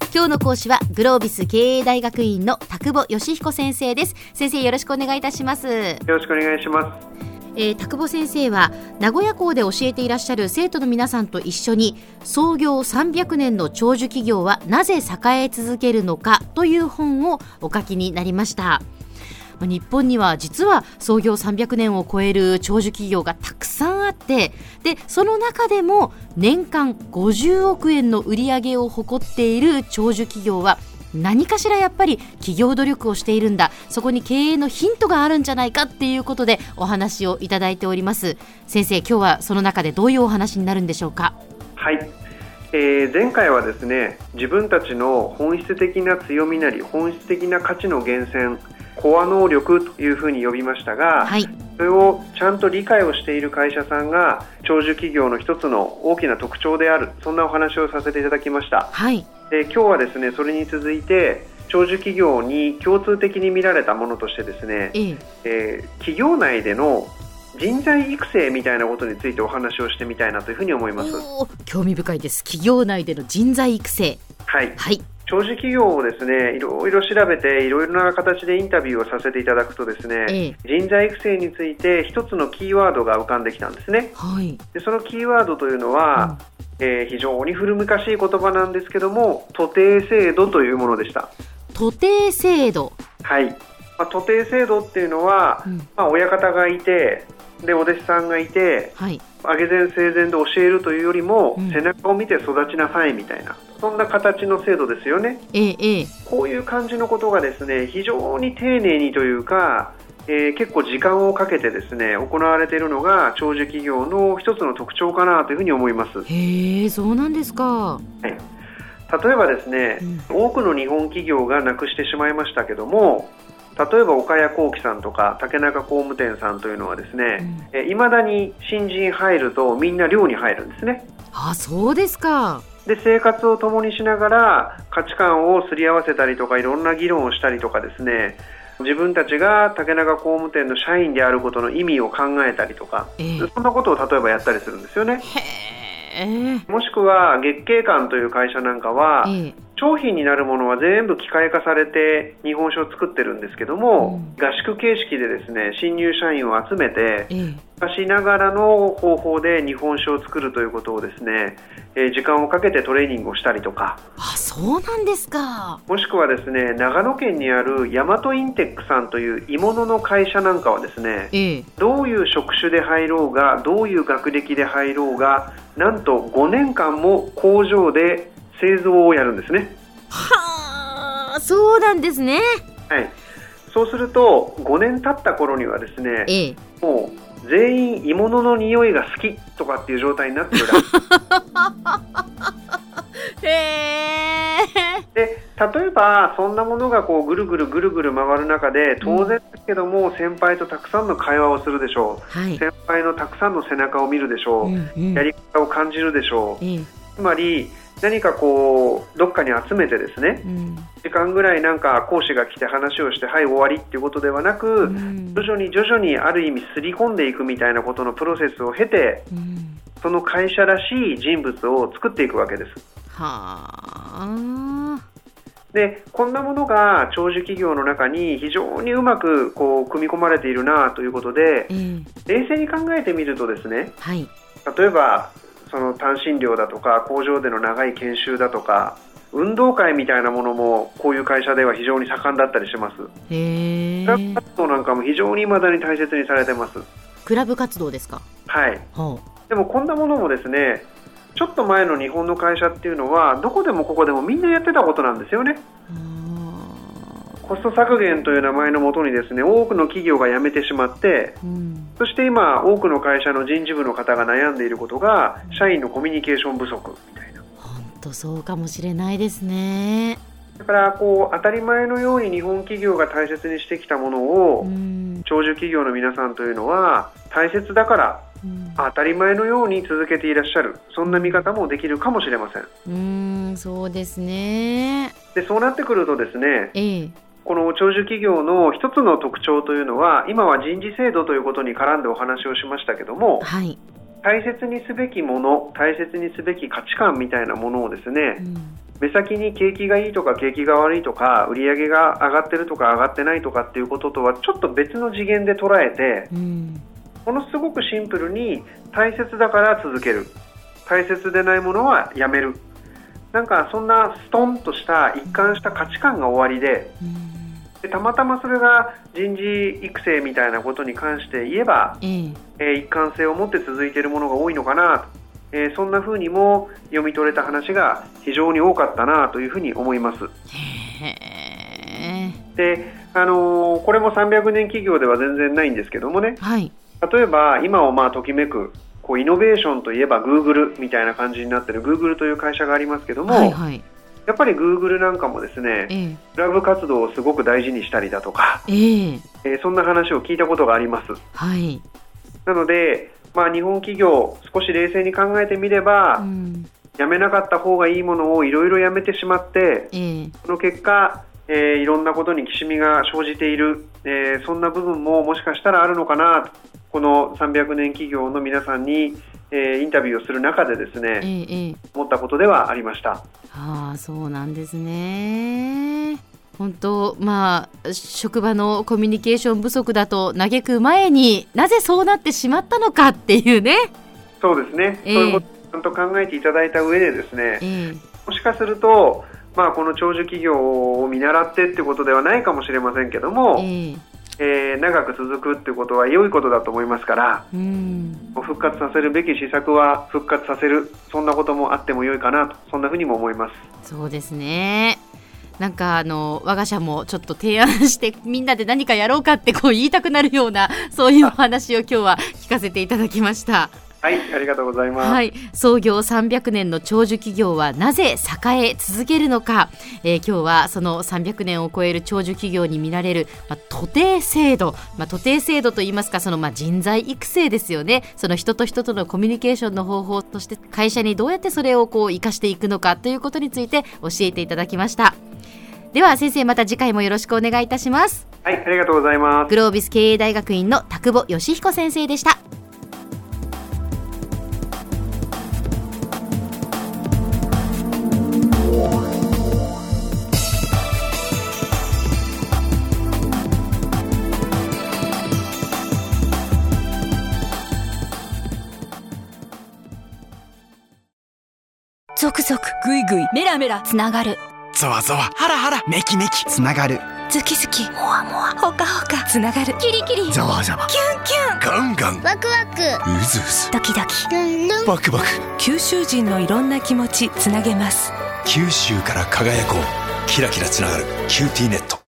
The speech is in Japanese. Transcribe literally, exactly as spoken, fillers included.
今日の講師はグロービス経営大学院の田久保義彦先生です。先生、よろしくお願いいたします。よろしくお願いします。 えー、田久保先生は名古屋校で教えていらっしゃる生徒の皆さんと一緒に創業さんびゃくねんの長寿企業はなぜ栄え続けるのかという本をお書きになりました。日本には実は創業さんびゃくねんを超える長寿企業がたくさんあって、でその中でも年間ごじゅうおくえんの売り上げを誇っている長寿企業は何かしらやっぱり企業努力をしているんだ、そこに経営のヒントがあるんじゃないかっていうことでお話をいただいております。先生、今日はその中でどういうお話になるんでしょうか。 はい、えー、前回はですね、自分たちの本質的な強みなり本質的な価値の源泉、コア能力というふうに呼びましたが、はい、それをちゃんと理解をしている会社さんが長寿企業の一つの大きな特徴である、そんなお話をさせていただきました。はい、で今日はですね、それに続いて長寿企業に共通的に見られたものとしてですね、えええー、企業内での人材育成みたいなことについてお話をしてみたいなというふうに思います。 お、興味深いです。企業内での人材育成。 はい、はい、長寿企業をですね、いろいろ調べていろいろな形でインタビューをさせていただくとですね、ええ、人材育成について一つのキーワードが浮かんできたんですね。はい、でそのキーワードというのは、うん、えー、非常に古昔しい言葉なんですけども、徒弟制度というものでした。 徒弟制度。はい、 まあ、徒弟制度っていうのは、うん、まあ、親方がいて、でお弟子さんがいて、はい、上げ前生前で教えるというよりも、うん、背中を見て育ちなさいみたいな、そんな形の制度ですよね。ええ、こういう感じのことがですね、非常に丁寧にというか、えー、結構時間をかけてですね行われているのが長寿企業の一つの特徴かなというふうに思います。 へえ、そうなんですか。はい、 例えばですね、うん、多くの日本企業がなくしてしまいましたけども、例えば岡谷工機さんとか竹中工務店さんというのはですね、うん、え未だに新人入るとみんな寮に入るんですね。 あ、そうですか。 で生活を共にしながら価値観をすり合わせたりとか、いろんな議論をしたりとかですね、自分たちが竹中工務店の社員であることの意味を考えたりとか、えー、そんなことを例えばやったりするんですよね。へー。もしくは月桂館という会社なんかは、えー、商品になるものは全部機械化されて日本酒を作ってるんですけども、うん、合宿形式でですね新入社員を集めて、えー昔ながらの方法で日本酒を作るということをですね、えー、時間をかけてトレーニングをしたりとか。 あ、そうなんですか。 もしくはですね、長野県にあるヤマトインテックさんという鋳物の会社なんかはですね、ええ、どういう職種で入ろうが、どういう学歴で入ろうが、なんとごねんかんも工場で製造をやるんですね。 はあ、そうなんですね。 はい、そうするとごねん経った頃にはですね、ええ、もう全員鋳物の匂いが好きとかっていう状態になってるらしい。へー。で例えばそんなものがこうぐるぐるぐるぐる回る中で、当然ですけども、うん、先輩とたくさんの会話をするでしょう、はい、先輩のたくさんの背中を見るでしょう、うんうん、やり方を感じるでしょう、うん、つまり何かこうどっかに集めてですね、うん、時間ぐらいなんか講師が来て話をしてはい終わりっていうことではなく、うん、徐々に徐々にある意味すり込んでいくみたいなことのプロセスを経て、うん、その会社らしい人物を作っていくわけです。はあ。でこんなものが長寿企業の中に非常にうまくこう組み込まれているなということで、うん、冷静に考えてみるとですね、はい、例えばその単身寮だとか工場での長い研修だとか運動会みたいなものもこういう会社では非常に盛んだったりします。へー。クラブ活動なんかも非常に未だに大切にされてます。 クラブ活動ですか。はい、 はあ、でもこんなものもですね、ちょっと前の日本の会社っていうのはどこでもここでもみんなやってたことなんですよね。コスト削減という名前のもとにですね、多くの企業が辞めてしまって、うん、そして今多くの会社の人事部の方が悩んでいることが社員のコミュニケーション不足みたいな。 本当そうかもしれないですね。 だからこう当たり前のように日本企業が大切にしてきたものを、うん、長寿企業の皆さんというのは大切だから、うん、当たり前のように続けていらっしゃる、そんな見方もできるかもしれません。 うーん、そうですね。 でそうなってくるとですね、ええ、この長寿企業の一つの特徴というのは、今は人事制度ということに絡んでお話をしましたけども、はい、大切にすべきもの、大切にすべき価値観みたいなものをですね、うん、 目先に景気がいいとか景気が悪いとか売上が上がってるとか上がってないとかっていうこととはちょっと別の次元で捉えて、うん、ものすごくシンプルに大切だから続ける、大切でないものはやめる、なんかそんなストンとした一貫した価値観が終わりで、うん、でたまたまそれが人事育成みたいなことに関して言えば、うん、えー、一貫性を持って続いているものが多いのかなと、えー、そんな風にも読み取れた話が非常に多かったなというふうに思います。へー。で、あのー、これもさんびゃくねん企業では全然ないんですけどもね、はい、例えば今をまあときめくこうイノベーションといえば Google みたいな感じになっている Google という会社がありますけども、はいはい、やっぱり Google なんかもですね、えー、クラブ活動をすごく大事にしたりだとか、えーえー、そんな話を聞いたことがあります。はい、なのでまあ、日本企業少し冷静に考えてみれば、うん、やめなかった方がいいものをいろいろやめてしまって、えー、その結果、えー、いろんなことにきしみが生じている、えー、そんな部分ももしかしたらあるのかなと、このさんびゃくねん企業の皆さんに、えー、インタビューをする中でですね、えー、思ったことではありました。 ああ、そうなんですね。本当、まあ、職場のコミュニケーション不足だと嘆く前になぜそうなってしまったのかっていうね。 そうですね、えー、そういうことをちゃんと考えていただいた上でですね、えー、もしかすると、まあ、この長寿企業を見習ってってことではないかもしれませんけども、えーえー、長く続くってことは良いことだと思いますから、うん、復活させるべき施策は復活させる、そんなこともあっても良いかなと、そんなふうにも思います。 そうですね。なんかあの我が社もちょっと提案してみんなで何かやろうかってこう言いたくなるような、そういうお話を今日は聞かせていただきました。 はい、ありがとうございます。 はい、創業さんびゃくねんの長寿企業はなぜ栄え続けるのか、えー、今日はそのさんびゃくねんを超える長寿企業に見られる、まあ、徒弟制度、まあ、徒弟制度といいますか、そのまあ人材育成ですよね。その人と人とのコミュニケーションの方法として会社にどうやってそれをこう生かしていくのかということについて教えていただきました。では先生、また次回もよろしくお願いいたします。 はい、ありがとうございます。 グロービス経営大学院の田久保義彦先生でした。 ゾクゾクグイグイメラメラつながる、 ゾワゾワハラハラメキメキつながる、 ズキズキモワモワホカホカつながる、キリキリザワザワキュンキュンガンガンワクワクウズウズドキドキルンルンバクバク、 九州人のいろんな気持ちつなげます。 九州から輝こう、キラキラつながるキューティーネット。